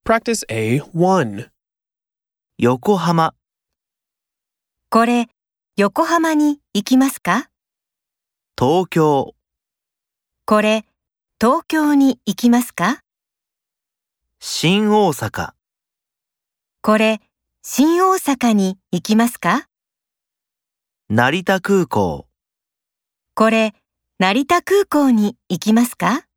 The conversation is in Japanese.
Practice A1. 横浜、 これ、横浜に行きますか？ 東京、 これ、東京に行きますか？ 新大阪、 これ、新大阪に行きますか？ 成田空港。 これ、成田空港に行きますか？